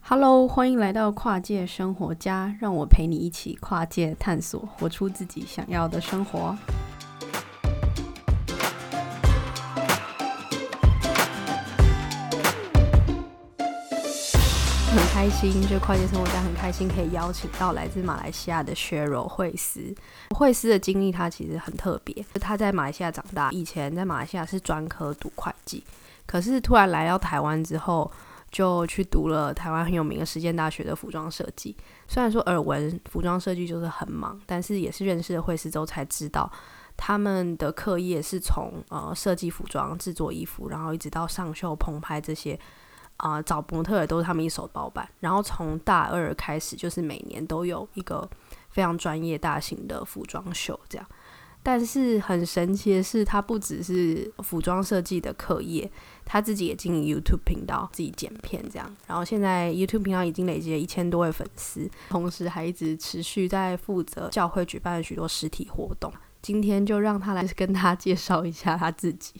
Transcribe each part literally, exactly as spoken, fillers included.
Hello， 欢迎来到跨界生活家，让我陪你一起跨界探索，活出自己想要的生活。很开心，就跨界生活家很开心可以邀请到来自马来西亚的薛柔惠斯。惠斯的经历他其实很特别，他在马来西亚长大，以前在马来西亚是专科读会计，可是突然来到台湾之后就去读了台湾很有名的实践大学的服装设计。虽然说耳闻服装设计就是很忙，但是也是认识了惠斯之后才知道他们的课业是从呃设计服装、制作衣服，然后一直到上秀、棚拍这些呃找模特也都是他们一手包办。然后从大二开始就是每年都有一个非常专业大型的服装秀这样。但是很神奇的是，他不只是服装设计的课业，他自己也经营 YouTube 频道，自己剪片这样。然后现在 YouTube 频道已经累积了一千多位粉丝，同时还一直持续在负责教会举办了许多实体活动。今天就让他来跟他介绍一下他自己。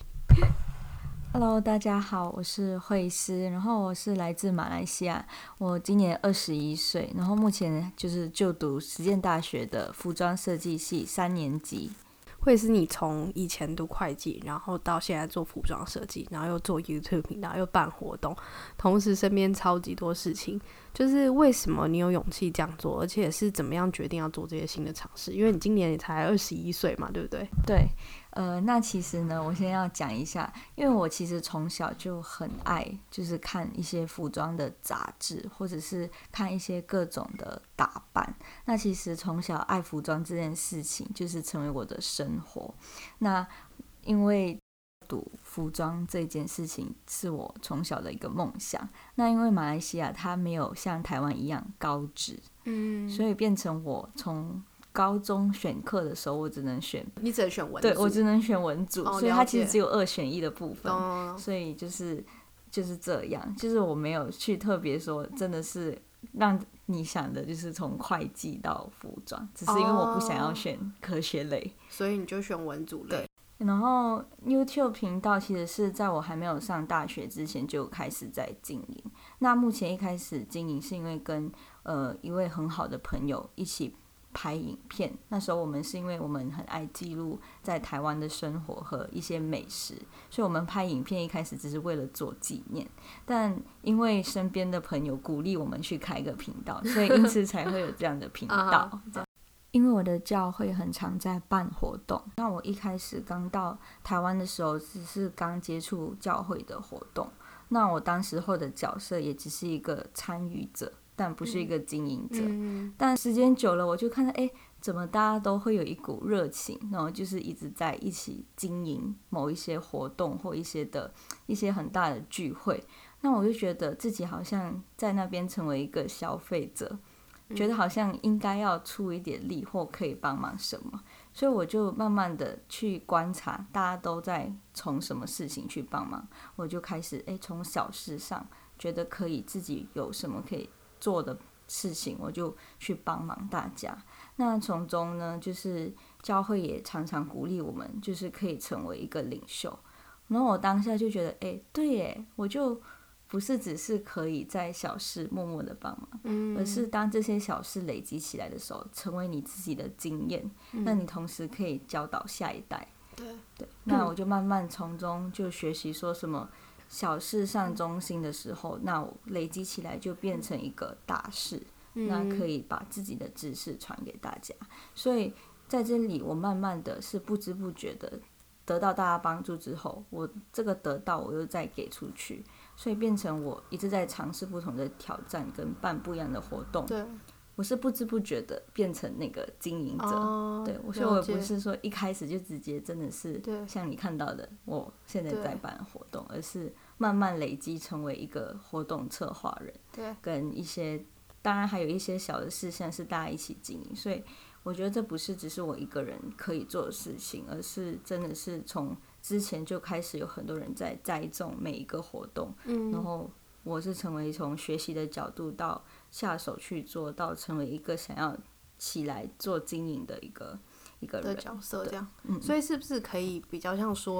Hello， 大家好，我是惠斯，然后我是来自马来西亚，我今年二十一岁，然后目前就是就读实践大学的服装设计系三年级。 会是你从以前读会计，然后到现在做服装设计，然后又做 YouTube 频道，又办活动，同时身边超级多事情，就是为什么你有勇气这样做，而且是怎么样决定要做这些新的尝试？因为你今年也才二十一岁嘛，对不对？ 对，呃，那其实呢，我先要讲一下，因为我其实从小就很爱，就是看一些服装的杂志，或者是看一些各种的打扮。那其实从小爱服装这件事情，就是成为我的生活。那因为读服装这件事情是我从小的一个梦想。那因为马来西亚它没有像台湾一样高职，嗯，所以变成我从高中选课的时候，我只能选， 你只能选文组， 对，我只能选文组， 哦， 所以它其实只有二选一的部分， 哦， 所以就是就是这样，就是我没有去特别说，真的是让你想的就是从会计到服装，只是因为我不想要选科学类，哦， 所以你就选文组类。 然后 YouTube 频道其实是在我还没有上大学之前就开始在经营。那目前一开始经营是因为跟呃一位很好的朋友一起拍影片，那时候我们是因为我们很爱记录在台湾的生活和一些美食，所以我们拍影片一开始只是为了做纪念，但因为身边的朋友鼓励我们去开个频道，所以因此才会有这样的频道。这样因为我的教会很常在办活动，那我一开始刚到台湾的时候只是刚接触教会的活动，那我当时候的角色也只是一个参与者，但不是一个经营者，嗯、但时间久了我就看到哎，怎么大家都会有一股热情，然后就是一直在一起经营某一些活动或一些的一些很大的聚会，那我就觉得自己好像在那边成为一个消费者，觉得好像应该要出一点力或可以帮忙什么，所以我就慢慢的去观察大家都在从什么事情去帮忙，我就开始诶从小事上觉得可以自己有什么可以做的事情，我就去帮忙大家。那从中呢，就是教会也常常鼓励我们，就是可以成为一个领袖。然后我当下就觉得诶对耶，我就不是只是可以在小事默默的帮忙，嗯，而是当这些小事累积起来的时候，成为你自己的经验，嗯，那你同时可以教导下一代。对对，那我就慢慢从中就学习说什么小事上中心的时候，那我累积起来就变成一个大事，嗯，那可以把自己的知识传给大家。所以在这里我慢慢的是不知不觉的得到大家帮助之后，我这个得到我又再给出去，所以变成我一直在尝试不同的挑战跟办不一样的活动。对，我是不知不觉的变成那个经营者。哦，对，所以我不是说一开始就直接真的是像你看到的我现在在办活动，而是慢慢累积成为一个活动策划人。对，跟一些当然还有一些小的事项是大家一起经营，所以我觉得这不是只是我一个人可以做的事情，而是真的是从之前就开始有很多人在栽种每一个活动，嗯，然后我是成为从学习的角度到下手去做到成为一个想要起来做经营的一个一个人的角色这样，嗯，所以是不是可以比较像说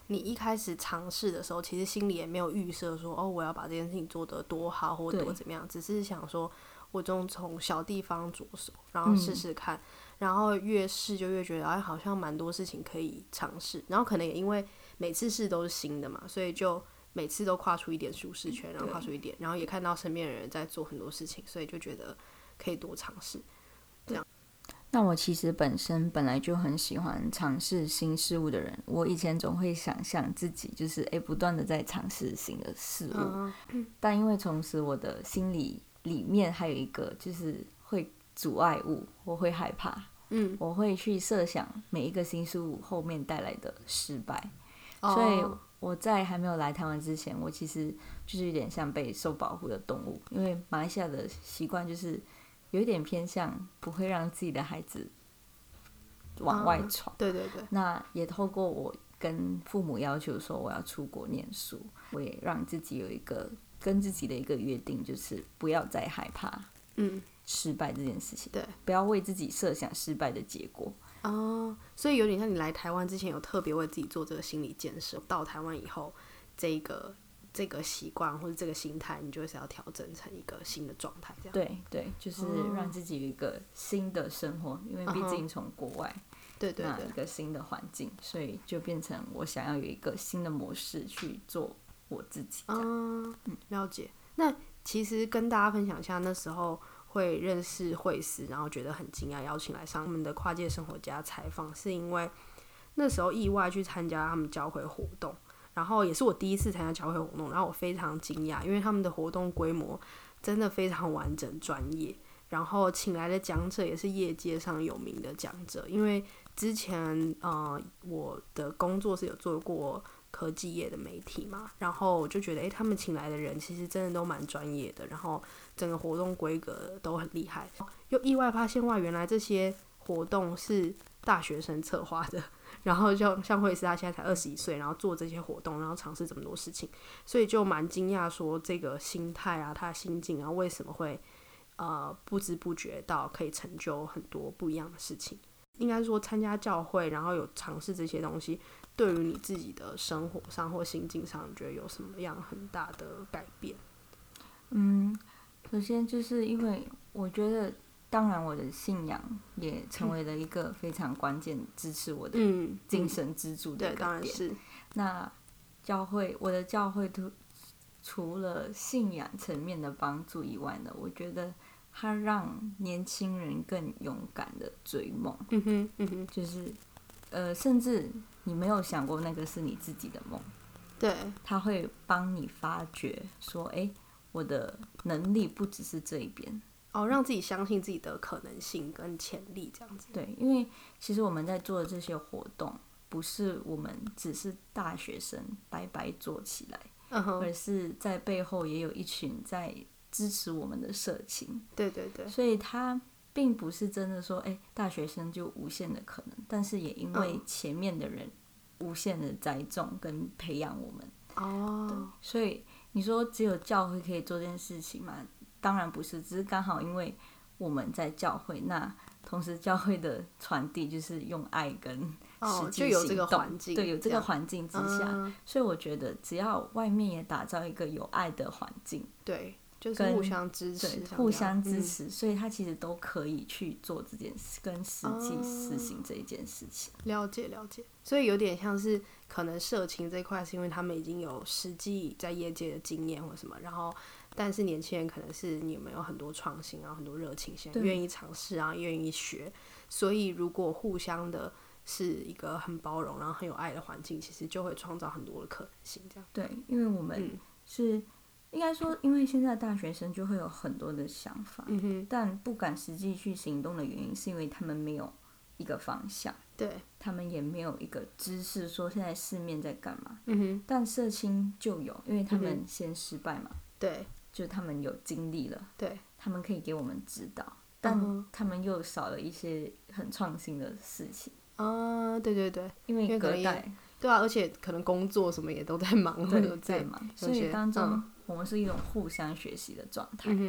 你一开始尝试的时候，其实心里也没有预设说哦，我要把这件事情做得多好或多怎么样，只是想说我就从小地方着手，然后试试看、嗯、然后越试就越觉得哎，好像蛮多事情可以尝试，然后可能也因为每次试都是新的嘛，所以就每次都跨出一点舒适圈，然后跨出一点，然后也看到身边的人在做很多事情，所以就觉得可以多尝试这样。 那我其实本身本来就很喜欢尝试新事物的人，我以前总会想象自己就是哎不断的在尝试新的事物、嗯、但因为同时我的心里里面还有一个就是会阻碍物，我会害怕，嗯，我会去设想每一个新事物后面带来的失败、哦、所以我在还没有来台湾之前，我其实就是有点像被受保护的动物，因为马来西亚的习惯就是有一点偏向不会让自己的孩子往外闯、 嗯、对对对， 那也透过我跟父母要求说我要出国念书，我也让自己有一个跟自己的一个约定，就是不要再害怕嗯失败这件事情，对，不要为自己设想失败的结果哦，所以有点像你来台湾之前有特别为自己做这个心理建设，到台湾以后这个这个习惯或者这个心态你就是要调整成一个新的状态这样。 对对，就是让自己有一个新的生活、哦、因为毕竟从国外、uh-huh, 对对对， 那一个新的环境，所以就变成我想要有一个新的模式去做我自己这样、 嗯、了解。那其实跟大家分享一下，那时候会认识惠丝，然后觉得很惊讶，邀请来上他们的跨界生活家采访，是因为那时候意外去参加他们教会活动，然后也是我第一次参加教会活动，然后我非常惊讶，因为他们的活动规模真的非常完整专业，然后请来的讲者也是业界上有名的讲者，因为之前呃我的工作是有做过科技业的媒体嘛，然后我就觉得哎，他们请来的人其实真的都蛮专业的，然后整个活动规格都很厉害，又意外发现哇，原来这些活动是大学生策划的，然后就像惠丝他现在才二十一岁，然后做这些活动，然后尝试这么多事情，所以就蛮惊讶说这个心态啊，他的心境啊，为什么会呃不知不觉到可以成就很多不一样的事情。应该说参加教会然后有尝试这些东西，对于你自己的生活上或心境上你觉得有什么样很大的改变？ 嗯，首先就是因为我觉得当然我的信仰也成为了一个非常关键支持我的精神支柱的一个点、嗯嗯、对，当然是。那教会我的教会除了信仰层面的帮助以外呢，我觉得它让年轻人更勇敢的追梦、嗯哼嗯哼，就是呃，甚至你没有想过那个是你自己的梦，对，它会帮你发觉说哎，我的能力不只是这一边哦，让自己相信自己的可能性跟潜力这样子。 对，因为其实我们在做的这些活动不是我们只是大学生白白做起来、嗯、而是在背后也有一群在支持我们的社青， 对对对， 所以他并不是真的说哎，大学生就无限的可能，但是也因为前面的人无限的栽种跟培养我们哦，对，所以你说只有教会可以做这件事情吗？当然不是，只是刚好因为我们在教会，那同时教会的传递就是用爱跟实际行动、哦、就有这个环境，对，有这个环境之下、嗯、所以我觉得只要外面也打造一个有爱的环境， 对，就是互相支持， 对，互相支持、嗯、所以他其实都可以去做这件事，跟实际实行这一件事情、 哦、了解了解。所以有点像是可能社青这一块是因为他们已经有实际在业界的经验或什么，然后但是年轻人可能是你们有很多创新，然后很多热情，现在愿意尝试，然后愿意学，所以如果互相的是一个很包容然后很有爱的环境，其实就会创造很多的可能性这样。 对，因为我们是、嗯、应该说因为现在大学生就会有很多的想法、嗯哼，但不敢实际去行动的原因是因为他们没有一个方向，对，他们也没有一个知识说现在市面在干嘛、嗯哼，但社青就有，因为他们先失败嘛、嗯、对，就他们有经历了，对，他们可以给我们指导，但他们又少了一些很创新的事情啊，对对对， 因为隔代， 对啊，而且可能工作什么也都在忙， 对，在忙，所以当中、嗯、我们是一种互相学习的状态、嗯、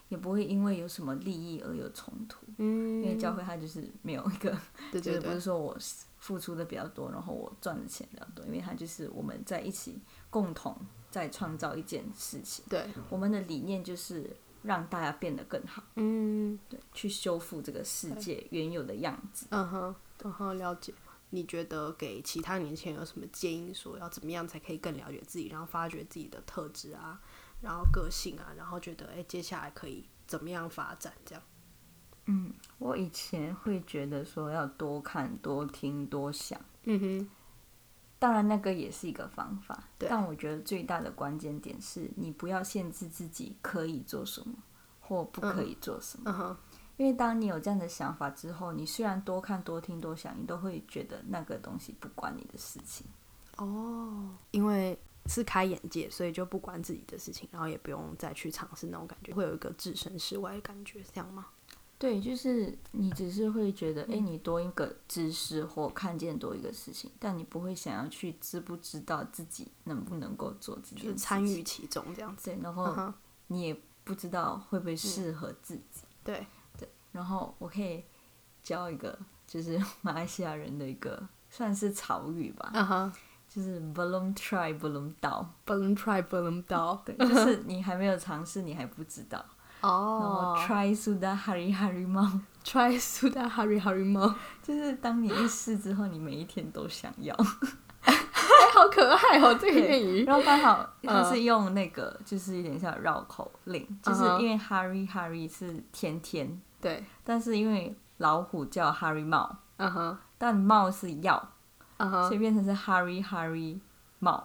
也不会因为有什么利益而有冲突。嗯，因为教会它就是没有一个，对对对，就是不是说我付出的比较多，然后我赚的钱比较多，因为它就是我们在一起共同在创造一件事情。 对， 我们的理念就是让大家变得更好。嗯，对，去修复这个世界原有的样子。 嗯哼，嗯哼，了解。你觉得给其他年轻人有什么建议，说要怎么样才可以更了解自己，然后发掘自己的特质啊，然后个性啊，然后觉得哎，接下来可以怎么样发展这样？ 嗯，我以前会觉得说要多看、多听、多想。嗯哼，当然那个也是一个方法，但我觉得最大的关键点是你不要限制自己可以做什么或不可以做什么。嗯哼。因为当你有这样的想法之后，你虽然多看多听多想，你都会觉得那个东西不关你的事情。 哦，因为是开眼界，所以就不关自己的事情，然后也不用再去尝试那种感觉，会有一个置身事外的感觉，这样吗？ 对，就是你只是会觉得，哎、嗯，你多一个知识或看见多一个事情，但你不会想要去知不知道自己能不能够做这件事情， 就是参与其中这样子。 对，然后你也不知道会不会适合自己。 嗯、对。 然后我可以教一个，就是马来西亚人的一个算是潮语吧， uh-huh. 就是 belum try belum tahu belum try belum tahu 对，就是你还没有尝试，你还不知道。哦、oh. 然后 try sudah hari hari mau try sudah hari hari mau 就是当你一试之后，你每一天都想要。 好可爱哦，这个谚语。 然后刚好它是用那个，就是有点像绕口令， uh-huh. 就是因为 hari hari 是天天， 对， 但是因为老虎叫 harimau， uh-huh. 但猫是药， uh-huh. 所以变成是 hari hari 猫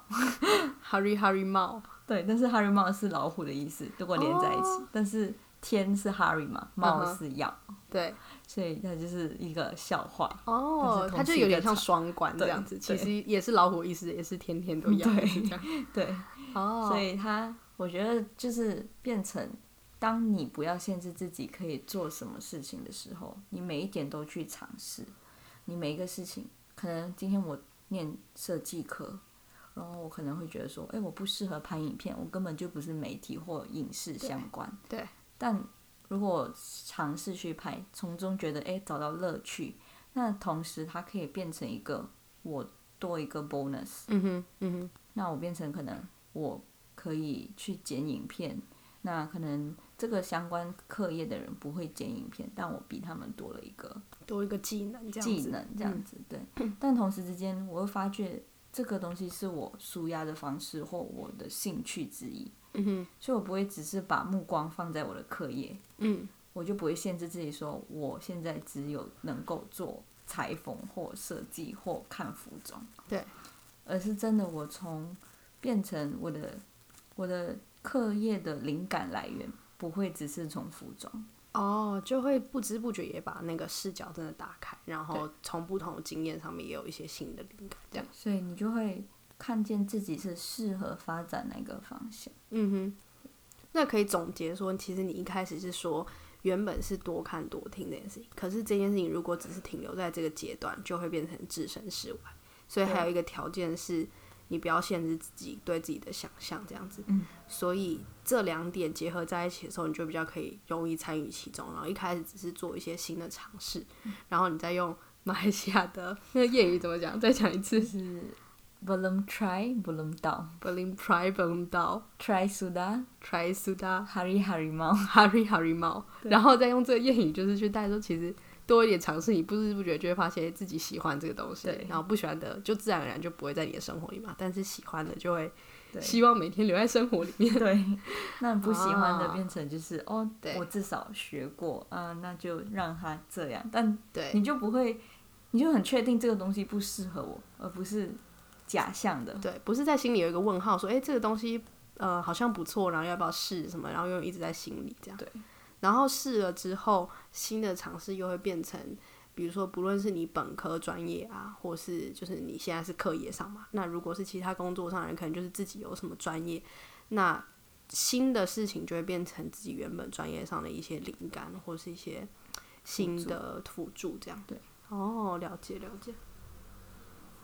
hari hari 猫。 对，但是 harimau 是老虎的意思，如果连在一起， oh. 但是天是 hari 嘛，猫是药， uh-huh. 对， 所以它就是一个笑话哦， oh, 它就有点像双关这样子，其实也是老虎意思，也是天天都要这样。 对，哦， oh. 所以它我觉得就是变成，当你不要限制自己可以做什么事情的时候，你每一点都去尝试。你每一个事情，可能今天我念设计科，然后我可能会觉得说，哎，我不适合拍影片，我根本就不是媒体或影视相关。 对。对， 但如果我尝试去拍，从中觉得哎找到乐趣，那同时它可以变成一个我多一个 bonus。嗯哼，嗯哼。那我变成可能我可以去剪影片，那可能这个相关课业的人不会剪影片，但我比他们多了一个多一个技能，这样子技能这样子、嗯、对。但同时之间，我会发觉这个东西是我抒压的方式或我的兴趣之一。嗯哼，所以我不会只是把目光放在我的课业，嗯，我就不会限制自己说我现在只有能够做裁缝或设计或看服装， 对， 而是真的我从变成我的我的课业的灵感来源不会只是从服装哦，就会不知不觉也把那个视角真的打开，然后从不同的经验上面也有一些新的灵感，这样， 所以你就会看见自己是适合发展哪个方向。 嗯哼，那可以总结说，其实你一开始是说原本是多看多听这件事情，可是这件事情如果只是停留在这个阶段，就会变成置身事外，所以还有一个条件是你不要限制自己对自己的想象这样子、嗯、所以这两点结合在一起的时候，你就比较可以容易参与其中，然后一开始只是做一些新的尝试、嗯、然后你再用马来西亚的那个谚语怎么讲，再讲一次， 是belum try belum tahu belum try belum tahu try sudah try sudah hari hari mau hari hari mau 然后再用这个谚语就是去带说，其实多一点尝试，你不知不觉就会发现自己喜欢这个东西，然后不喜欢的就自然而然就不会在你的生活里嘛，但是喜欢的就会希望每天留在生活里面。 对，那不喜欢的变成就是、啊、哦，我至少学过啊，那就让它这样，但你就不会，你就很确定这个东西不适合我，而不是假象的。 对，不是在心里有一个问号说，哎，这个东西呃好像不错，然后要不要试什么，然后又一直在心里这样。 对。 然后试了之后，新的尝试又会变成，比如说不论是你本科专业啊，或是就是你现在是课业上嘛，那如果是其他工作上的人，可能就是自己有什么专业，那新的事情就会变成自己原本专业上的一些灵感，或是一些新的辅助这样。 对， 哦，了解了解。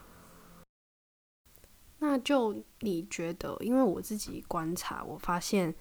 那就你觉得，因为我自己观察，我发现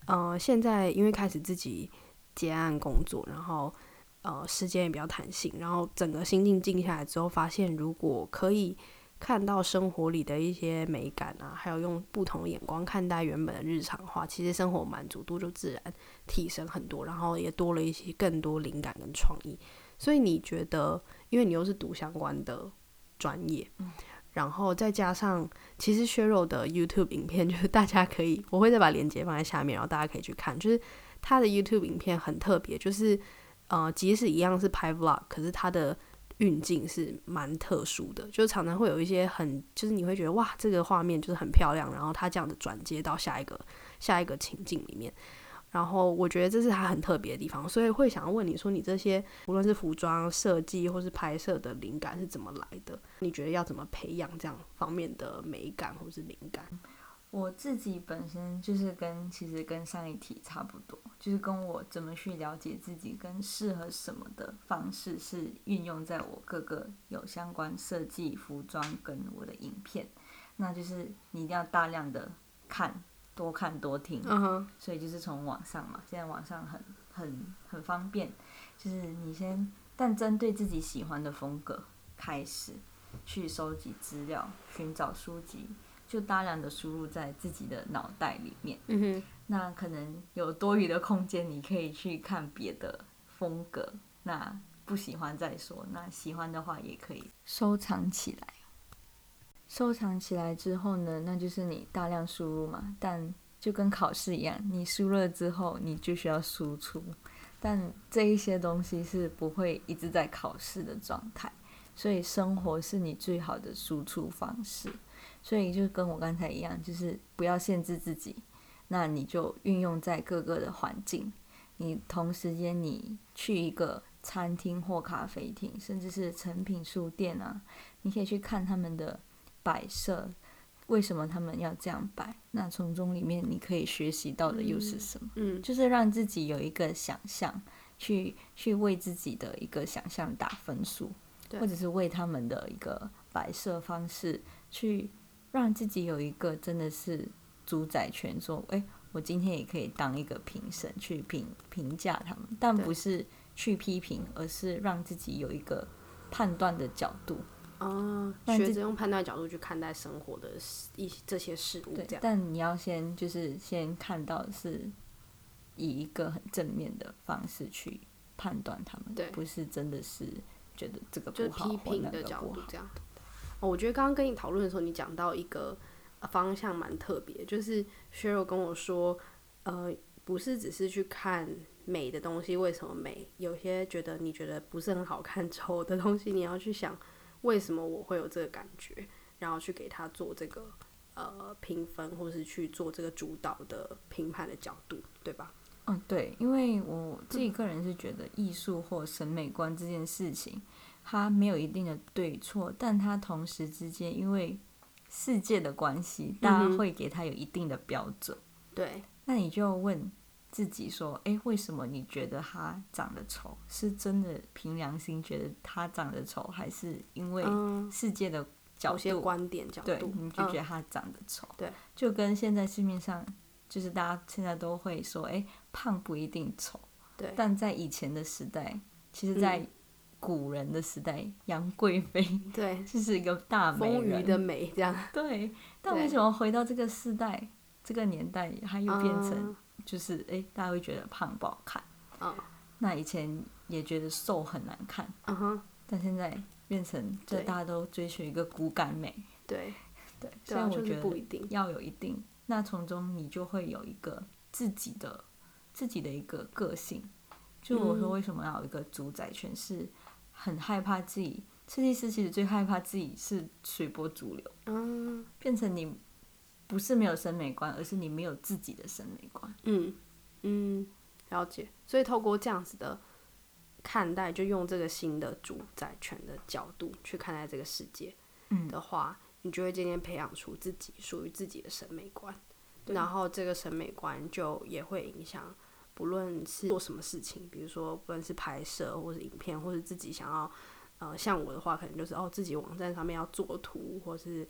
呃，现在因为开始自己接案工作，然后呃时间也比较弹性，然后整个心境静下来之后，发现如果可以看到生活里的一些美感啊，还有用不同的眼光看待原本的日常化，其实生活满足度就自然提升很多，然后也多了一些更多灵感跟创意。所以你觉得，因为你又是读相关的专业，嗯，然后再加上其实削弱的 YouTube 影片，就是大家可以，我会再把链接放在下面，然后大家可以去看，就是他的 YouTube 影片很特别，就是呃，即使一样是拍 Vlog， 可是他的运镜是蛮特殊的，就常常会有一些很，就是你会觉得哇，这个画面就是很漂亮，然后他这样子转接到下一个下一个情境里面，然后我觉得这是他很特别的地方，所以会想要问你说，你这些无论是服装设计或是拍摄的灵感是怎么来的？你觉得要怎么培养这样方面的美感或是灵感？ 我自己本身就是跟其实跟上一题差不多，就是跟我怎么去了解自己跟适合什么的方式是运用在我各个有相关设计服装跟我的影片，那就是你一定要大量的看，多看多听， uh-huh. 所以就是从网上嘛，现在网上很很很方便，就是你先但针对自己喜欢的风格开始去收集资料，寻找书籍，就大量的输入在自己的脑袋里面， 嗯哼， 那可能有多余的空间，你可以去看别的风格，那不喜欢再说，那喜欢的话也可以收藏起来。收藏起来之后呢，那就是你大量输入嘛，但就跟考试一样，你输入了之后你就需要输出，但这一些东西是不会一直在考试的状态，所以生活是你最好的输出方式。所以就跟我刚才一样，就是不要限制自己，那你就运用在各个的环境，你同时间你去一个餐厅或咖啡厅，甚至是诚品书店啊，你可以去看他们的摆设，为什么他们要这样摆，那从中里面你可以学习到的又是什么？ 嗯， 就是让自己有一个想象，去去为自己的一个想象打分数，或者是为他们的一个摆设方式去让自己有一个真的是主宰权，说哎，我今天也可以当一个评审去评评价他们，但不是去批评，而是让自己有一个判断的角度。 哦，学着用判断角度去看待生活的一这些事物，这样。 但你要先就是先看到是以一个很正面的方式去判断他们，不是真的是觉得这个不好， 就批评的角度这样。哦，我觉得刚刚跟你讨论的时候，你讲到一个方向蛮特别，就是 Cheryl 跟我说，呃，不是只是去看美的东西为什么美，有些觉得你觉得不是很好看丑的东西，你要去想为什么我会有这个感觉，然后去给他做这个呃评分，或是去做这个主导的评判的角度，对吧？ 嗯，对，因为我自己个人是觉得艺术或审美观这件事情，它没有一定的对错，但它同时之间因为世界的关系，大家会给它有一定的标准。 嗯、对， 那你就问自己说，哎，为什么你觉得它长得丑？是真的凭良心觉得它长得丑，还是因为世界的角度、 有些观点角度， 对，你就觉得它长得丑？ 嗯、对， 就跟现在市面上。就是大家现在都会说，哎，胖不一定丑， 对。 但在以前的时代，其实，在古人的时代，杨、嗯、贵妃对， 就是一个大美人， 丰腴的美这样。 对，但为什么回到这个时代、这个年代，它又变成就是哎、嗯，大家会觉得胖不好看？嗯，那以前也觉得瘦很难看，嗯哼，但现在变成就大家都追求一个骨感美， 对对，所以我觉得要有一定。那从中你就会有一个自己的自己的一个个性，就我说为什么要有一个主宰权，是很害怕自己设计师其实最害怕自己是随波逐流，嗯，变成你不是没有审美观，而是你没有自己的审美观。 嗯嗯，了解。所以透过这样子的看待，就用这个新的主宰权的角度去看待这个世界的话，嗯，你就会渐渐培养出自己属于自己的审美观，然后这个审美观就也会影响不论是做什么事情，比如说不论是拍摄或是影片，或是自己想要呃，像我的话可能就是哦自己网站上面要做图，或是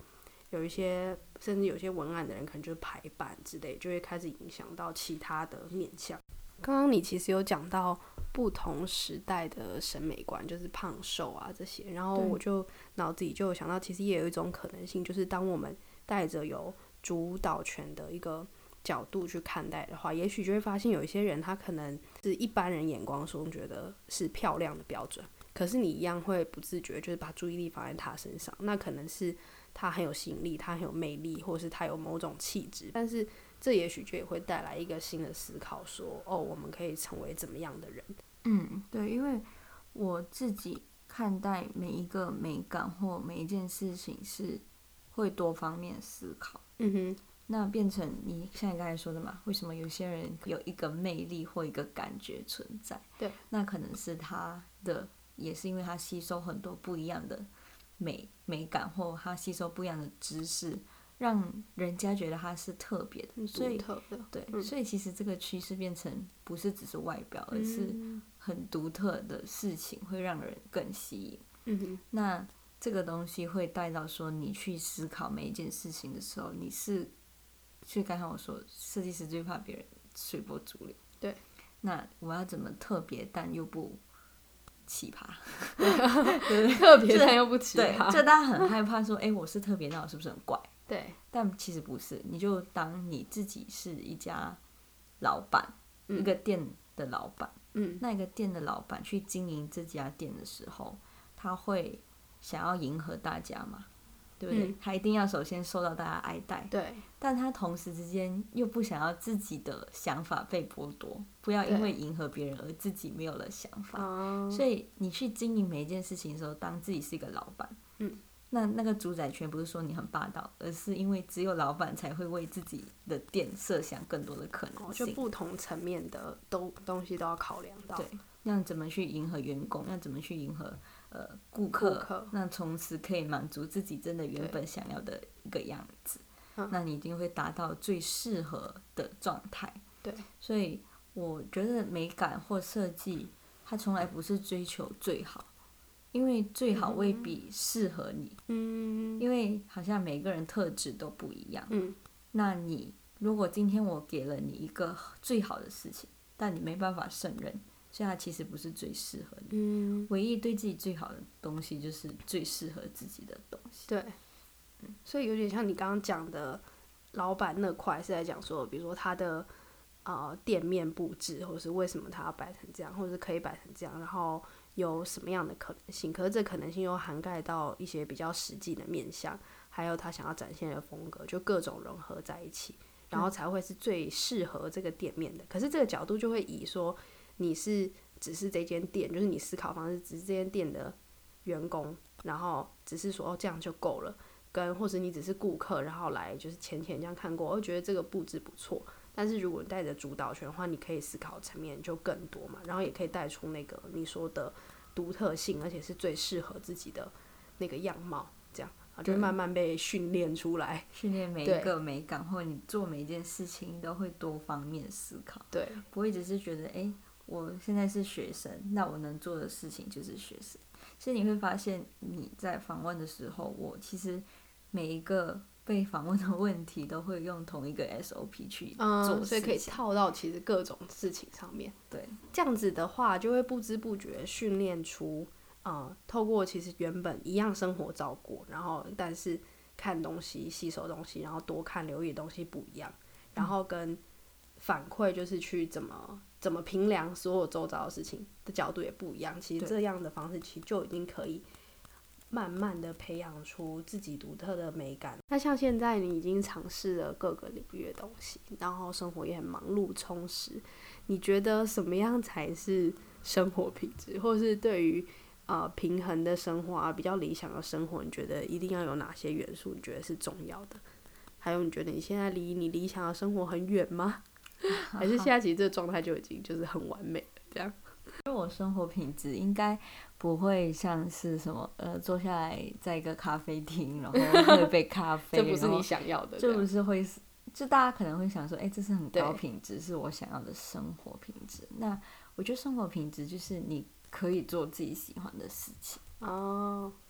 有一些甚至有些文案的人可能就是排版之类，就会开始影响到其他的面向。刚刚你其实有讲到不同时代的审美观，就是胖瘦啊这些，然后我就脑子里就有想到，其实也有一种可能性，就是当我们带着有主导权的一个角度去看待的话，也许就会发现有一些人他可能是一般人眼光中觉得是漂亮的标准，可是你一样会不自觉就是把注意力放在他身上，那可能是他很有吸引力，他很有魅力，或是他有某种气质，但是这也许就也会带来一个新的思考说，哦，我们可以成为怎么样的人。 嗯，对，因为我自己看待每一个美感或每一件事情是会多方面思考。 嗯哼， 那变成你像你刚才说的嘛，为什么有些人有一个魅力或一个感觉存在？ 对， 那可能是他的，也是因为他吸收很多不一样的美美感，或他吸收不一样的知识，让人家觉得他是特别的，所以独特的， 对、 嗯， 所以其实这个趋势变成不是只是外表，而是很独特的事情会让人更吸引。 嗯哼， 那这个东西会带到说，你去思考每一件事情的时候，你是，就刚才我说，设计师最怕别人随波逐流。 对， 那我要怎么特别但又不奇葩？ 特别但又不奇对， 葩， 这大家很害怕说，哎、我是特别，那我是不是很怪？ 对， 但其实不是，你就当你自己是一家老板， 嗯一个店的老板， 嗯， 那一个店的老板去经营这家店的时候，他会想要迎合大家嘛，对不对？ 嗯他一定要首先受到大家爱戴， 对， 但他同时之间又不想要自己的想法被剥夺，不要因为迎合别人而自己没有了想法。 哦， 所以你去经营每一件事情的时候，当自己是一个老板， 嗯， 那那个主宰权不是说你很霸道，而是因为只有老板才会为自己的店设想更多的可能哦， 性。 就不同层面的都东西都要考量到。 对，那怎么去迎合员工？那怎么去迎合呃顾客？ 顾客那从此可以满足自己真的原本想要的一个样子。那你一定会达到最适合的状态。 对， 所以我觉得美感或设计，它从来不是追求最好，因为最好未必适合你。 嗯， 因为好像每个人特质都不一样。 嗯， 那你如果今天我给了你一个最好的事情，但你没办法胜任，所以它其实不是最适合你。 嗯， 唯一对自己最好的东西，就是最适合自己的东西。 对，所以有点像你刚刚讲的，老板那块是在讲说，比如说他的呃店面布置，或者是为什么他要摆成这样，或者是可以摆成这样，然后有什么样的可能性。可是这可能性又涵盖到一些比较实际的面向，还有他想要展现的风格，就各种融合在一起，然后才会是最适合这个店面的。可是这个角度就会以说你是只是这间店，就是你思考方式只是这间店的员工，然后只是说哦这样就够了。跟或者你只是顾客，然后来就是浅浅这样看过，我觉得这个布置不错。但是如果你带着主导权的话，你可以思考层面就更多嘛，然后也可以带出那个你说的独特性，而且是最适合自己的那个样貌，这样啊就会慢慢被训练出来。 训练每一个美感，或你做每一件事情，你都会多方面思考， 对， 不会只是觉得，哎、欸，我现在是学生，那我能做的事情就是学生。所以你会发现，你在访问的时候，我其实每一个被访问的问题都会用同一个 S O P 去做事情、 嗯，所以可以套到其实各种事情上面。 对， 这样子的话，就会不知不觉训练出，呃，透过其实原本一样生活照顾，然后但是看东西、吸收东西，然后多看留意的东西不一样，然后跟反馈就是去怎么怎么评量所有周遭的事情的角度也不一样。其实这样的方式其实就已经可以慢慢的培养出自己独特的美感。那像现在你已经尝试了各个领域的东西，然后生活也很忙碌充实，你觉得什么样才是生活品质，或是对于呃平衡的生活啊，比较理想的生活，你觉得一定要有哪些元素？你觉得是重要的？还有你觉得你现在离你理想的生活很远吗？还是现在其实这个状态就已经就是很完美了这样？ 因为我生活品质应该不会像是什么呃坐下来在一个咖啡厅，然后喝一杯咖啡， 这不是你想要的， 这不是会就大家可能会想说，哎、欸，这是很高品质，是我想要的生活品质。那我觉得生活品质就是你可以做自己喜欢的事情哦，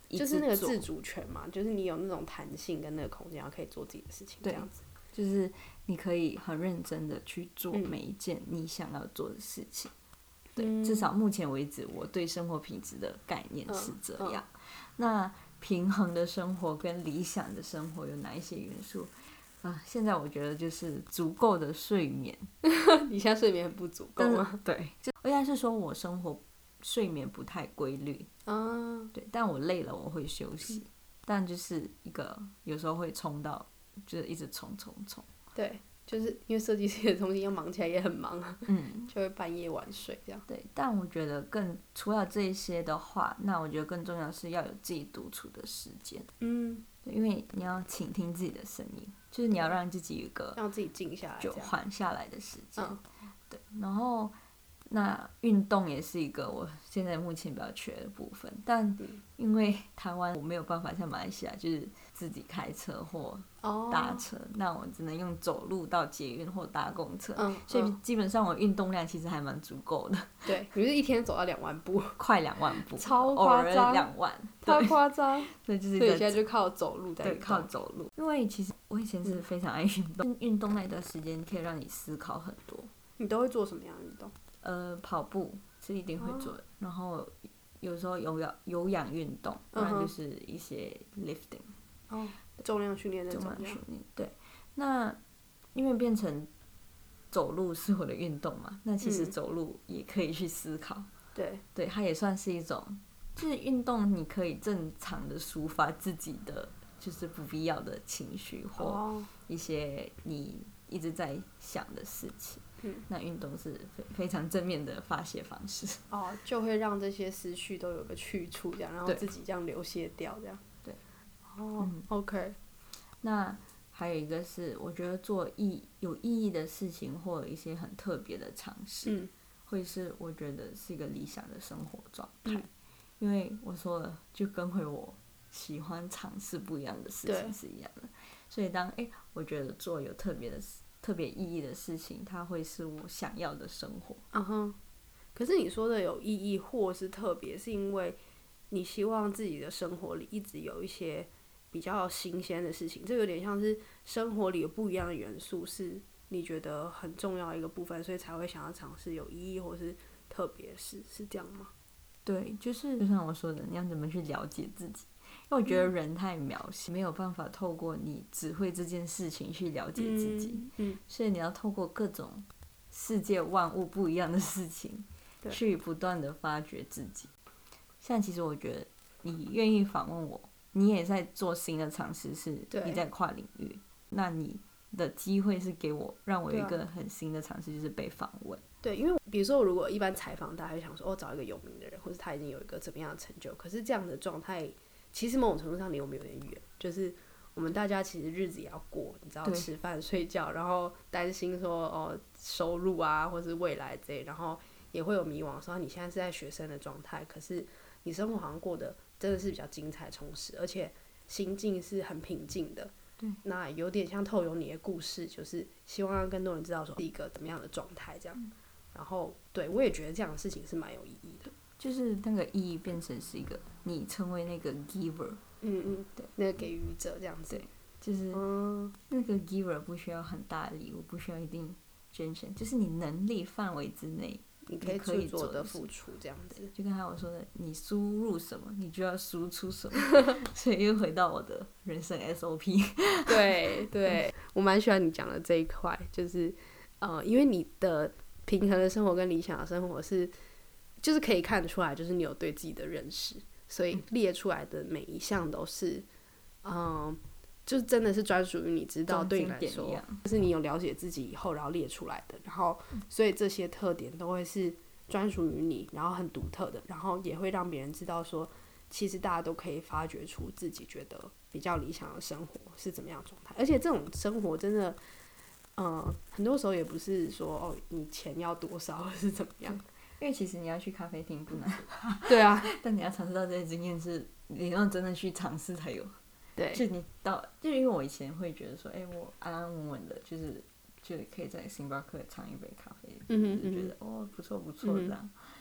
一直就是那个做自主权嘛，就是你有那种弹性跟那个空间，可以做自己的事情，这样子。 就是你可以很认真的去做嗯每一件你想要做的事情。对， 嗯至少目前为止，我对生活品质的概念是这样。 嗯嗯、 那平衡的生活跟理想的生活有哪一些元素？啊，现在我觉得就是足够的睡眠。 你现在睡眠很不足够吗？ 对，就应该是说我生活睡眠不太规律。 啊， 对，但我累了我会休息，嗯、但就是一个有时候会冲到，就是一直冲冲冲。 对，就是因为设计师的东西要忙起来也很忙啊， 嗯， 就会半夜晚睡这样。 对，但我觉得更除了这些的话，那我觉得更重要的是要有自己独处的时间。 嗯， 对，因为你要倾听自己的声音，就是你要让自己有一个让自己静下来， 就缓下来的时间。 嗯、 对，然后那运动也是一个我现在目前比较缺的部分，但因为台湾我没有办法像马来西亚就是自己开车或搭车，哦、那我只能用走路到捷运或搭公车，嗯、所以基本上我运动量其实还蛮足够的。 对，你是一天走到两万步， 快两万步， 超夸张， 偶尔两万， 太夸张。 所以就是所以现在就靠走路在运动， 对，靠走路。因为其实我以前是非常爱运动，运、嗯、动那段时间可以让你思考很多。 你都会做什么样的运动？ 呃，跑步是一定会做的，哦、然后有时候有氧有氧运动，不然就是一些 lifting， 哦，重量训练那种。 重量训练，对。那因为变成走路是我的运动嘛，那其实走路也可以去思考，嗯、 对， 对，它也算是一种，就是运动，你可以正常的抒发自己的就是不必要的情绪或一些你一直在想的事情。嗯、那运动是非非常正面的发泄方式哦，就会让这些思绪都有个去处，这样，然后自己这样流泻掉，这样。 对， 哦、嗯、，OK。 那还有一个是，我觉得做意有意义的事情，或者一些很特别的尝试，嗯、会是我觉得是一个理想的生活状态。嗯、因为我说了，就跟回我喜欢尝试不一样的事情是一样的，所以当哎、欸，我觉得做有特别的事。特别意义的事情，它会是我想要的生活。 嗯哼。可是你说的有意义或是特别，是因为你希望自己的生活里一直有一些比较新鲜的事情，这有点像是生活里有不一样的元素，是你觉得很重要的一个部分，所以才会想要尝试有意义或是特别的事，是这样吗？ 对，就是就像我说的，你要怎么去了解自己？因为我觉得人太渺小，嗯、没有办法透过你只会这件事情去了解自己，嗯嗯、所以你要透过各种世界万物不一样的事情，去不断的发掘自己。像其实我觉得你愿意访问我，你也在做新的尝试，是你在跨领域，那你的机会是给我，让我有一个很新的尝试，就是被访问。 对，因为比如说，如果一般采访，大家会想说，哦，找一个有名的人，或者他已经有一个怎么样的成就。可是这样的状态，其实某种程度上离我们有点远。就是我们大家其实日子也要过，你知道，吃饭、睡觉，然后担心说，哦，收入啊，或是未来这，然后也会有迷惘，说你现在是在学生的状态，可是你生活好像过得真的是比较精彩充实，而且心境是很平静的。 对， 那有点像透有你的故事，就是希望让更多人知道说是一个怎么样的状态这样。嗯、然后，对我也觉得这样的事情是蛮有意义的， 就是那个意义变成是一个你成为那个 giver， 嗯嗯，对，那个给予者这样子。 对，就是那个 giver 不需要很大的礼物，不需要一定捐钱，就是你能力范围之内。 你可以做做的付出这样子， 就跟他我说的，你输入什么，你就要输出什么，所以又回到我的人生 S O P。 对对，我蛮喜欢你讲的这一块，就是呃，因为你的平衡的生活跟理想的生活是，就是可以看得出来，就是你有对自己的认识，所以列出来的每一项都是，嗯、呃。就是真的是专属于你知道，对你来说，就是你有了解自己以后，然后列出来的，然后所以这些特点都会是专属于你，然后很独特的，然后也会让别人知道说，其实大家都可以发掘出自己觉得比较理想的生活是怎么样的状态，而且这种生活真的，嗯，很多时候也不是说哦，你钱要多少或是怎么样， 因为其实你要去咖啡厅不难， 对啊， 但你要尝试到这些经验是你要真的去尝试才有。 对， 就你到，就因为我以前会觉得说，哎、欸，我安安稳稳的，就是就可以在星巴克尝一杯咖啡，嗯哼嗯哼，就觉得哦不错不错这样。嗯、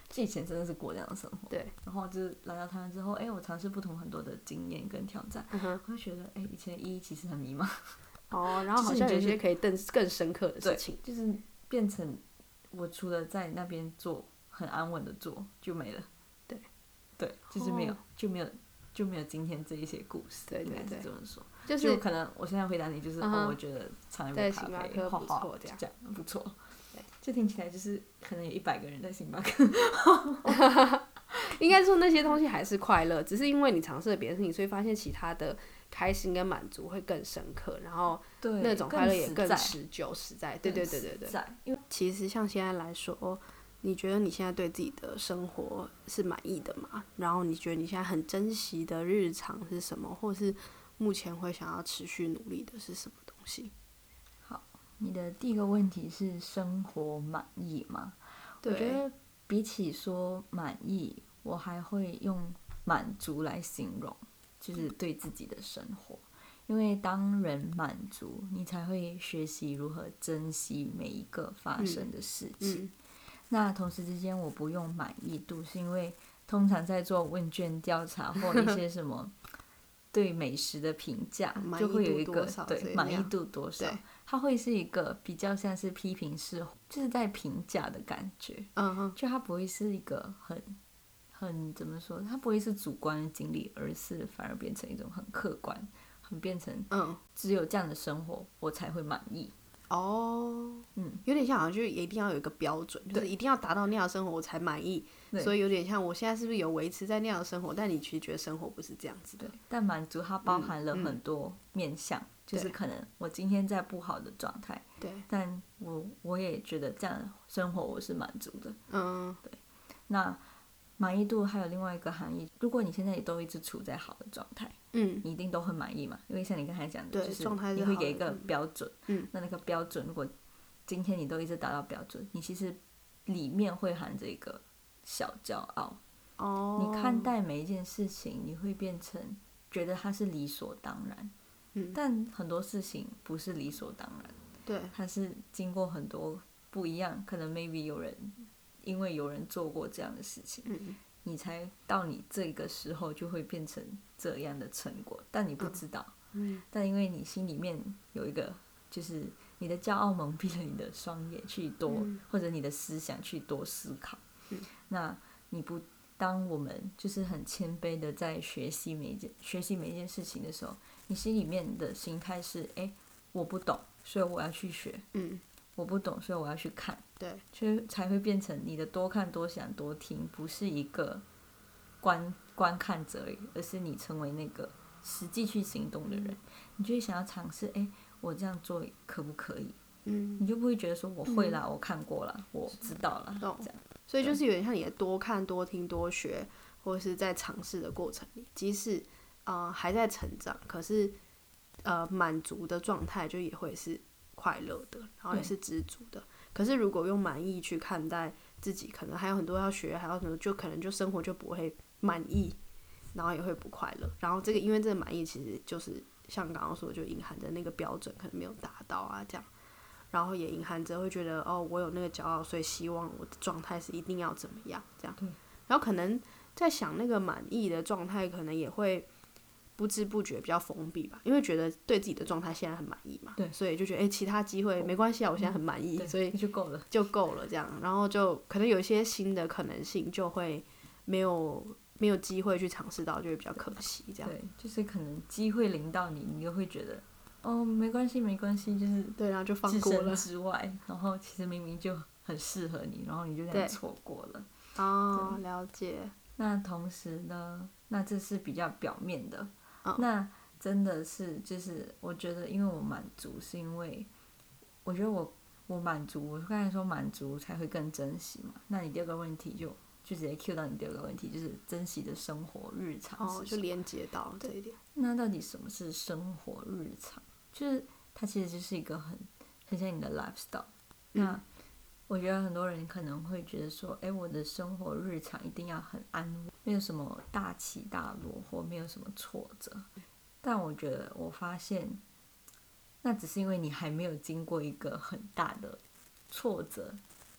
就以前真的是过这样的生活， 对， 然后就是来到台湾之后，哎，我尝试不同很多的经验跟挑战， 嗯、 我就觉得，哎，以前的意义其实很迷茫。 哦，然后好像有些可以更更深刻的事情， 就是变成我除了在那边做很安稳的做就没了， 对对，就是没有、 哦、 就没有就没有今天这一些故事， 对对对， 应该是这么说。 就是就可能我现在回答你就是、 嗯、 哦，我觉得尝一杯咖啡， 不错，这样这样不错。对，就听起来就是可能有一百个人在星巴克。 应该说那些东西还是快乐，只是因为你尝试了别的事情，所以发现其他的开心跟满足会更深刻，然后那种快乐也更持久、实在。对对对对对。 因为其实像现在来说，你觉得你现在对自己的生活是满意的吗？然后你觉得你现在很珍惜的日常是什么，或是目前会想要持续努力的是什么东西？ 好，你的第一个问题是生活满意吗？ 对， 我觉得比起说满意，我还会用满足来形容，就是对自己的生活。因为当人满足，你才会学习如何珍惜每一个发生的事情。嗯嗯、那同时之间，我不用满意度，是因为通常在做问卷调查或一些什么对美食的评价，就会有一个对满意度多少，它会是一个比较像是批评式，就是在评价的感觉。嗯哼，就它不会是一个很很怎么说，它不会是主观的经历，而是反而变成一种很客观。很变成，嗯，只有这样的生活我才会满意。 哦，嗯，有点像好像就一定要有一个标准，就是一定要达到那样的生活我才满意。所以有点像我现在是不是有维持在那样的生活，但你其实觉得生活不是这样子的。 对，但满足它包含了很多面向，嗯嗯、就是可能我今天在不好的状态，对，但我我也觉得这样的生活我是满足的。嗯，对，那。满意度还有另外一个含义，如果你现在也都一直处在好的状态，嗯，你一定都很满意嘛，因为像你刚才讲的，就是你会给一个标准，嗯，那那个标准如果今天你都一直达到标准，你其实里面会含着一个小骄傲，哦，你看待每一件事情，你会变成觉得它是理所当然，嗯，但很多事情不是理所当然，对，它是经过很多不一样，可能 maybe 有人。因为有人做过这样的事情，嗯、你才到你这个时候就会变成这样的成果，但你不知道。嗯、但因为你心里面有一个，就是你的骄傲蒙蔽了你的双眼，去多、嗯、或者你的思想去多思考。嗯、那你不，当我们就是很谦卑的在学习每一件学习每一件事情的时候，你心里面的心态是：哎，我不懂，所以我要去学。嗯。我不懂，所以我要去看，对，所以才会变成你的多看多想多听，不是一个观观看者而已，而是你成为那个实际去行动的人，嗯、你就会想要尝试，哎，我这样做可不可以？嗯，你就不会觉得说我会啦，嗯、我看过啦，我知道啦，这样。 所以就是有点像你的多看多听多学，或者是在尝试的过程里，即使呃还在成长，可是呃满足的状态就也会是。快乐的，然后也是知足的。可是如果用满意去看待自己，可能还有很多要学，还有什么，就可能就生活就不会满意，然后也会不快乐。然后这个因为这个满意其实就是像刚刚说的，就隐含着那个标准可能没有达到啊，这样，然后也隐含着会觉得哦，我有那个骄傲，所以希望我的状态是一定要怎么样这样。然后可能在想那个满意的状态，可能也会。不知不觉比较封闭吧，因为觉得对自己的状态现在很满意嘛，对，所以就觉得哎、欸，其他机会没关系啊，我现在很满意，嗯、所以就够了， 就够了这样，然后就可能有一些新的可能性就会没有没有机会去尝试到，就会比较可惜这样。 对，就是可能机会临到你，你就会觉得哦，没关系没关系，就是对，然后就放过了之外，然后其实明明就很适合你，然后你就这样错过了。 哦，了解。 那同时呢，那这是比较表面的。那真的是，就是我觉得，因为我满足，是因为我觉得我我满足，我刚才说满足才会更珍惜嘛。那你第二个问题就就直接 cue 到你第二个问题，就是珍惜的生活日常是什么， 哦，就连接到这一点。 那到底什么是生活日常？就是它其实就是一个很很像你的 lifestyle。嗯、那我觉得很多人可能会觉得说，哎，我的生活日常一定要很安稳，没有什么大起大落，或没有什么挫折。但我觉得，我发现，那只是因为你还没有经过一个很大的挫折，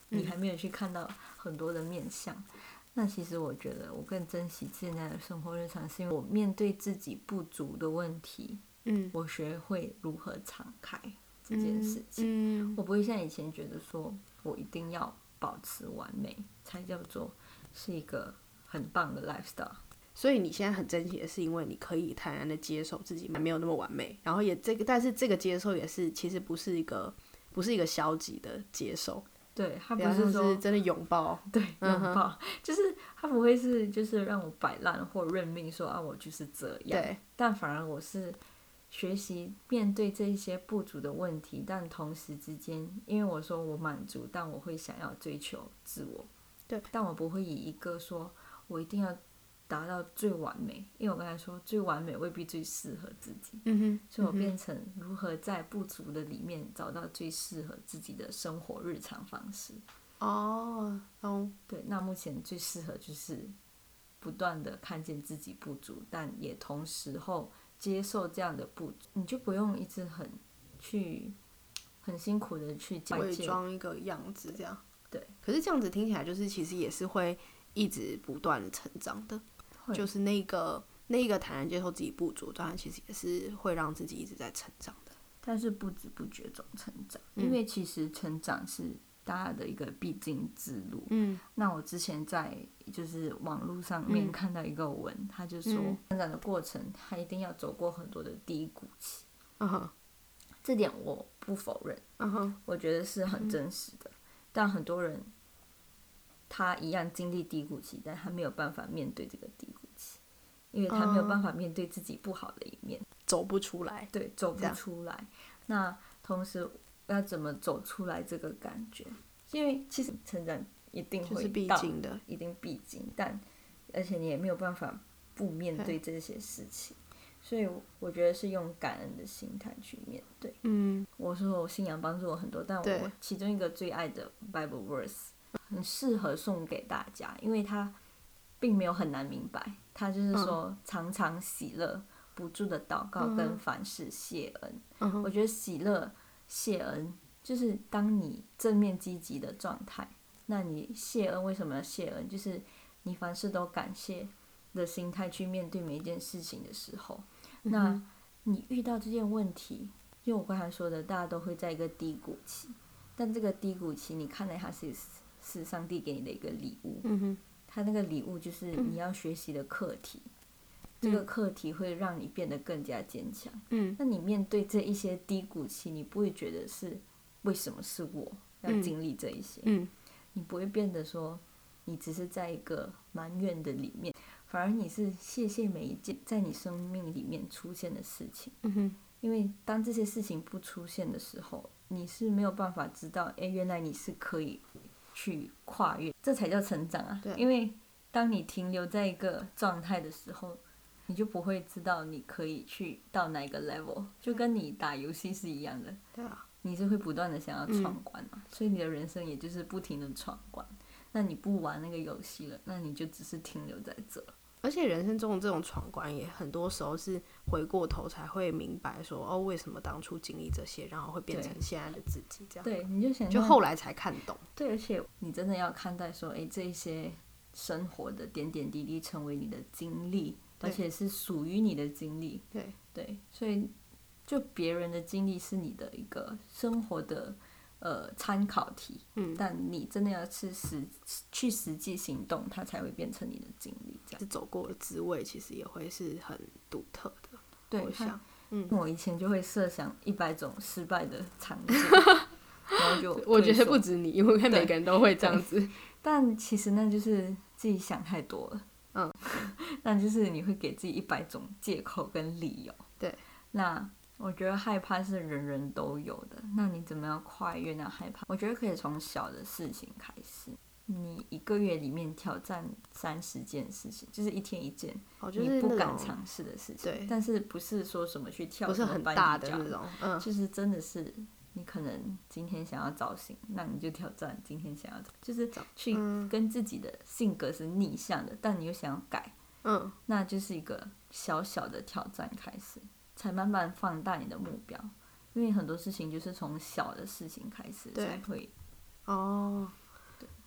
你还没有去看到很多的面向。那其实我觉得我更珍惜现在的生活日常，是因为我面对自己不足的问题，嗯，我学会如何敞开这件事情。嗯嗯、我不会像以前觉得说我一定要保持完美才叫做是一个很棒的 lifestyle。 所以你现在很珍惜的是因为你可以坦然的接受自己没有那么完美，然后也这个，但是这个接受也是其实不是一个不是一个消极的接受。 对，他不是说是真的拥抱， 对，拥抱、嗯、就是他不会是就是让我摆烂或认命说啊我就是这样，对，但反而我是学习面对这一些不足的问题，但同时之间，因为我说我满足，但我会想要追求自我， 对， 但我不会以一个说我一定要达到最完美，因为我刚才说最完美未必最适合自己，嗯哼，所以我变成如何在不足的里面找到最适合自己的生活日常方式。 哦，懂。 对，那目前最适合就是不断的看见自己不足，但也同时候接受这样的不足，你就不用一直很去很辛苦的去伪装一个样子这样。 对， 可是这样子听起来就是其实也是会一直不断的成长的，就是那个那个坦然接受自己不足，当然其实也是会让自己一直在成长的， 但是不知不觉中成长，嗯、因为其实成长是大家的一个必经之路。嗯，那我之前在就是网络上面看到一个文，嗯、他就说、嗯、成长的过程，他一定要走过很多的低谷期。嗯哼，这点我不否认。嗯哼，我觉得是很真实的。嗯、但很多人他一样经历低谷期，但他没有办法面对这个低谷期，因为他没有办法面对自己不好的一面， 走不出来。 对，走不出来。那同时要怎么走出来这个感觉？因为其实成长一定会到， 就是必经的， 一定必经，但而且你也没有办法不面对这些事情，所以我觉得是用感恩的心态去面对。嗯，我说我信仰帮助我很多，但我其中一个最爱的 Bible verse 很适合送给大家，因为它并没有很难明白，它就是说、嗯、常常喜乐，不住的祷告跟凡事谢恩。嗯、我觉得喜乐谢恩就是当你正面积极的状态，那你谢恩为什么要谢恩？就是你凡事都感谢的心态去面对每一件事情的时候，嗯、那你遇到这件问题，因为我刚才说的大家都会在一个低谷期，但这个低谷期你看来它是是上帝给你的一个礼物，嗯哼，它那个礼物就是你要学习的课题，嗯、这个课题会让你变得更加坚强。嗯，那你面对这一些低谷期，你不会觉得是为什么是我要经历这一些，嗯、你不会变得说你只是在一个埋怨的里面，反而你是谢谢每一件在你生命里面出现的事情。嗯哼，因为当这些事情不出现的时候，你是没有办法知道，哎，原来你是可以去跨越，这才叫成长啊。对，因为当你停留在一个状态的时候，你就不会知道你可以去到哪一个 level， 就跟你打游戏是一样的。对啊，你是会不断的想要闯关嘛，嗯、所以你的人生也就是不停的闯关。那你不玩那个游戏了，那你就只是停留在这。 而且人生中的这种闯关也很多时候是回过头才会明白说，哦，为什么当初经历这些，然后会变成现在的自己这样。 对，你就想就后来才看懂。 对，而且你真的要看待说，哎，这一些生活的点点滴滴成为你的经历，而且是属于你的经历。对对，所以就别人的经历是你的一个生活的呃参考题，嗯，但你真的要去实去实际行动，它才会变成你的经历。这样， 是走过的滋味，其实也会是很独特的。 对，我想，嗯，我以前就会设想一百种失败的场景，然后就我觉得不止你，因为每个人都会这样子。 但其实那就是自己想太多了，嗯，那就是你会给自己一百种借口跟理由。对，那我觉得害怕是人人都有的，那你怎么样跨越那害怕？我觉得可以从小的事情开始，你一个月里面挑战三十件事情，就是一天一件，哦就是、你不敢尝试的事情。对，但是不是说什么去跳不是很大的那种， 嗯，就是真的是你可能今天想要造型，那你就挑战今天想要，就是去跟自己的性格是逆向的，但你又想要改，嗯，那就是一个小小的挑战开始。才慢慢放大你的目标，因为很多事情就是从小的事情开始才会。 哦，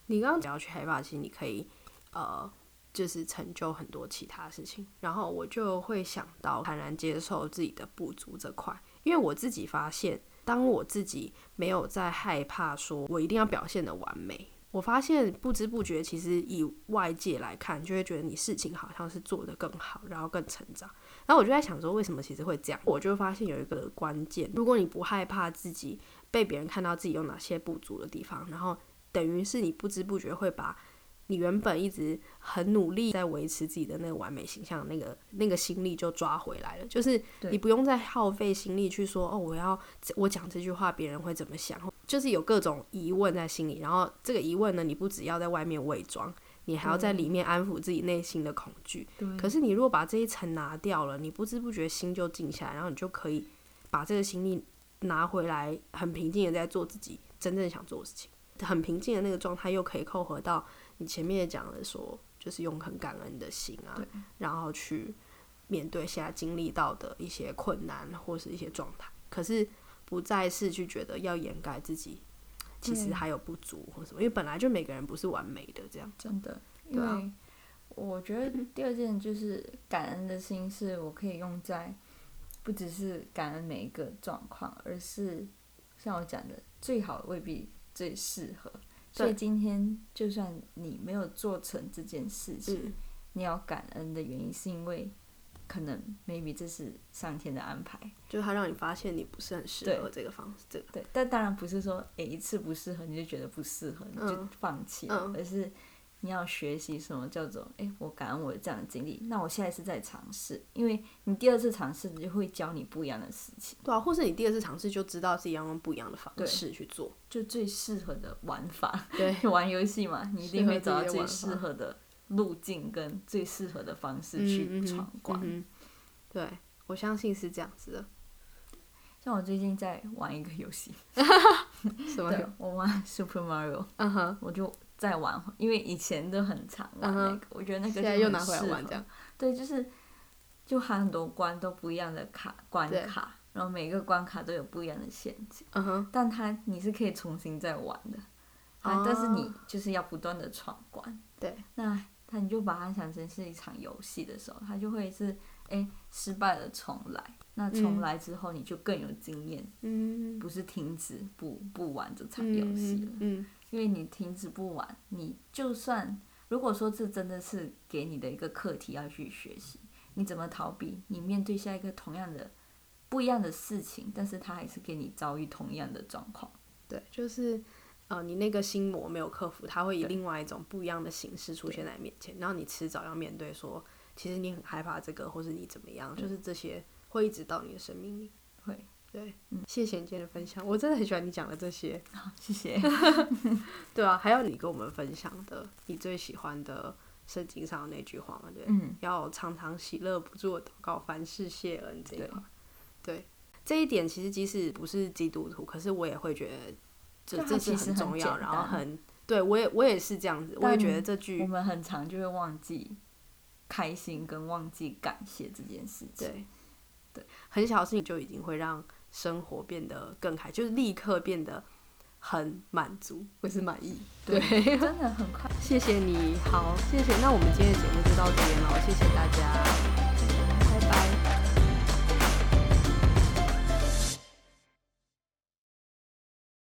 你刚刚不要去害怕，其实你可以呃，就是成就很多其他事情。然后我就会想到坦然接受自己的不足这块，因为我自己发现，当我自己没有在害怕说我一定要表现得完美，我发现不知不觉其实以外界来看，就会觉得你事情好像是做得更好，然后更成长。然后我就在想说为什么其实会这样，我就发现有一个关键，如果你不害怕自己被别人看到自己有哪些不足的地方，然后等于是你不知不觉会把你原本一直很努力在维持自己的那个完美形象，那个那个心力就抓回来了，就是你不用再耗费心力去说哦，我要我讲这句话别人会怎么想，就是有各种疑问在心里，然后这个疑问呢，你不只要在外面伪装，你还要在里面安抚自己内心的恐惧。可是你如果把这一层拿掉了，你不知不觉心就静下来，然后你就可以把这个心力拿回来，很平静的在做自己真正想做的事情。很平静的那个状态，又可以扣合到你前面讲的说，就是用很感恩的心啊，然后去面对现在经历到的一些困难或是一些状态。可是不再是去觉得要掩盖自己其实还有不足或什么，因为本来就每个人不是完美的这样。 真的，因为我觉得第二件就是感恩的心，是我可以用在不只是感恩每一个状况，而是像我讲的，最好未必最适合。所以今天就算你没有做成这件事情、嗯、你要感恩的原因是因为可能 maybe 这是上天的安排， 就是他让你发现你不是很适合这个方式。对， 对，但当然不是说、欸、一次不适合你就觉得不适合你就放弃了、嗯、而是你要学习什么叫做哎、欸，我感恩我有这样的经历，那我下一次再尝试，因为你第二次尝试就会教你不一样的事情。 对啊，或是你第二次尝试就知道自己要用不一样的方式去做， 就最适合的玩法。 对， 玩游戏嘛，你一定会找到最适合的路径跟最适合的方式去闯关、嗯嗯嗯、 对，我相信是这样子的。 像我最近在玩一个游戏什么？对， 我玩 Super Mario、uh-huh. 我就在玩，因为以前都很常玩那个、uh-huh. 我觉得那个就很适合，现在又拿回来玩这样。对，就是就还很多关都不一样的卡关卡，然后每个关卡都有不一样的陷阱、uh-huh. 但它你是可以重新再玩的、uh-huh. 但是你就是要不断的闯关。对，那它你就把它想成是一场游戏的时候，它就会是哎失败了重来，那重来之后你就更有经验、嗯、不是停止不不玩这场游戏了、嗯嗯、因为你停止不玩，你就算如果说这真的是给你的一个课题要去学习，你怎么逃避，你面对下一个同样的不一样的事情，但是它还是给你遭遇同样的状况。 对，就是呃，你那个心魔没有克服，它会以另外一种不一样的形式出现在面前，然后你迟早要面对说其实你很害怕这个，或是你怎么样，就是这些会一直到你的生命里。会，对、嗯、谢谢你今天的分享，我真的很喜欢你讲的这些。 好，谢谢对啊，还有你跟我们分享的你最喜欢的圣经上的那句话嘛，对、嗯、要常常喜乐不住的祷告，凡事谢恩这一块。 对, 对，这一点其实即使不是基督徒，可是我也会觉得这这是很重要，然后很对我也我也是这样子，我也觉得这句我们很常就会忘记开心跟忘记感谢这件事情。 对对，很小的事情就已经会让生活变得更开，就是立刻变得很满足，或是满意。对， 对真的很快。 谢谢你，好，谢谢。那我们今天的节目就到这边了，谢谢大家。